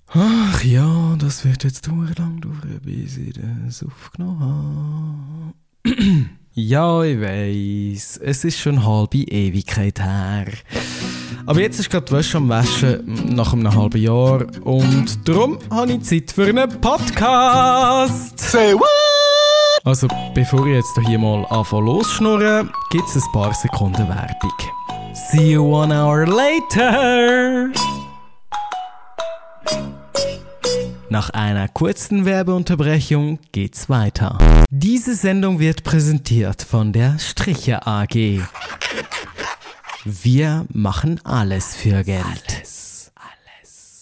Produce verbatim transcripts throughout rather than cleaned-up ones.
Ach ja, das wird jetzt lang dauern, bis ich das aufgenommen habe. Ja, ich weiss, es ist schon eine halbe Ewigkeit her. Aber jetzt ist gerade die Wäsche am Waschen nach einem halben Jahr und darum habe ich Zeit für einen Podcast. Say what? Also, bevor ich jetzt hier mal anfange losschnurren, gibt es ein paar Sekunden Werbung. See you one hour later! Nach einer kurzen Werbeunterbrechung geht's weiter. Diese Sendung wird präsentiert von der Striche A G. Wir machen alles für Geld. Alles, alles.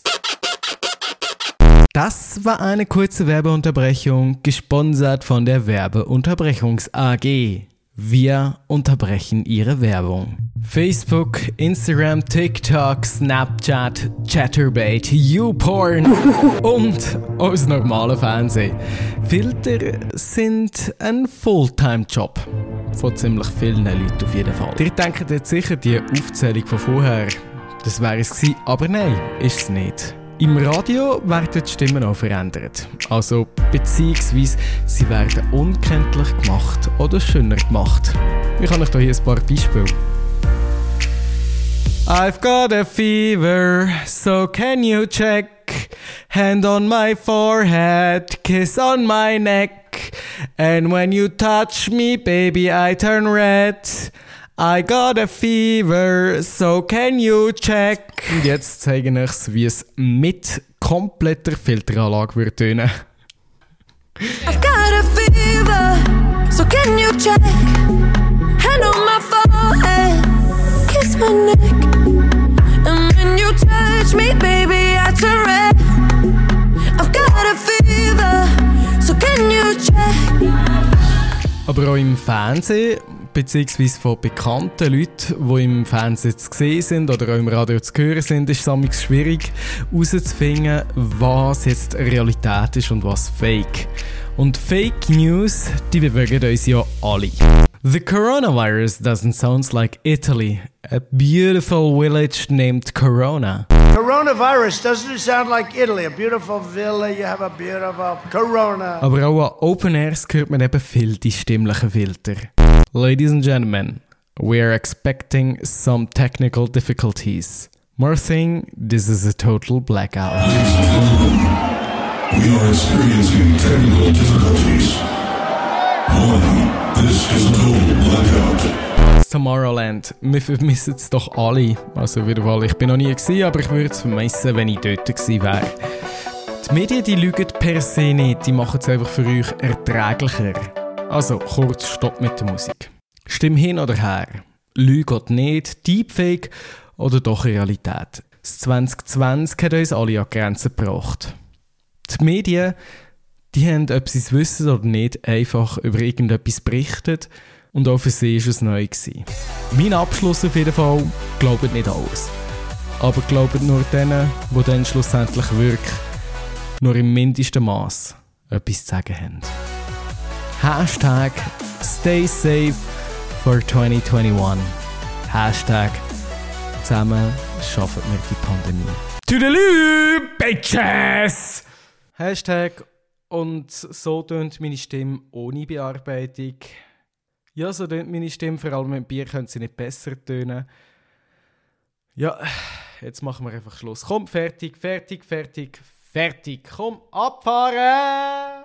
Das war eine kurze Werbeunterbrechung, gesponsert von der Werbeunterbrechungs A G. Wir unterbrechen Ihre Werbung. Facebook, Instagram, TikTok, Snapchat, Chatterbait, YouPorn und unser normales Fernsehen. Filter sind ein Fulltime-Job. Von ziemlich vielen Leuten auf jeden Fall. Ihr denkt jetzt sicher, die Aufzählung von vorher, das wäre es gewesen, aber nein, ist es nicht. Im Radio werden die Stimmen auch verändert. Also beziehungsweise sie werden unkenntlich gemacht oder schöner gemacht. Ich habe euch hier ein paar Beispiele. I've got a fever, so can you check? Hand on my forehead, kiss on my neck. And when you touch me, baby, I turn red. I got a fever, so can you check? Und jetzt zeige ich euch, wie es mit kompletter Filteranlage würde tönen. I've got a fever, so can you check? Hand on my forehead, kiss my neck. And when you touch me, baby, I turn red. I've got a fever, so can you check? Aber auch im Fernsehen, beziehungsweise von bekannten Leuten, die im Fernsehen zu sehen sind oder auch im Radio zu hören sind, ist es manchmal schwierig herauszufinden, was jetzt Realität ist und was Fake. Und Fake News, die bewegen uns ja alle. The coronavirus doesn't sound like Italy, a beautiful village named Corona. Coronavirus, doesn't it sound like Italy? A beautiful villa, you have a beautiful Corona. Aber auch an Open Airs hört man eben viel die stimmlichen Filter. Ladies and gentlemen, we are expecting some technical difficulties. More thing, this is a total blackout. We are experiencing technical difficulties. Warning, this is a total blackout. Tomorrowland, wir vermissen es doch alle. Also wieder mal, ich bin noch nie gewesen, aber ich würde es vermissen, wenn ich dort gewesen wäre. Die Medien, die lügen per se nicht, die machen es einfach für euch erträglicher. Also, kurz Stopp mit der Musik. Stimm hin oder her. Lüge oder nicht, Deepfake oder doch Realität. Das zwanzig zwanzig hat uns alle an die Grenzen gebracht. Die Medien, die haben, ob sie es wissen oder nicht, einfach über irgendetwas berichtet und auch für sie war es neu gewesen. Mein Abschluss auf jeden Fall, glaubt nicht alles. Aber glaubt nur denen, die dann schlussendlich wirklich nur im mindesten Maß etwas zu sagen haben. Hashtag Stay Safe for twenty twenty-one. Hashtag zusammen schaffen wir die Pandemie. Tüdelü, Bitches! Hashtag und so tönt meine Stimme ohne Bearbeitung. Ja, so tönt meine Stimme, vor allem mit Bier können sie nicht besser tönen. Ja, jetzt machen wir einfach Schluss. Komm, fertig, fertig, fertig, fertig. Komm, abfahren!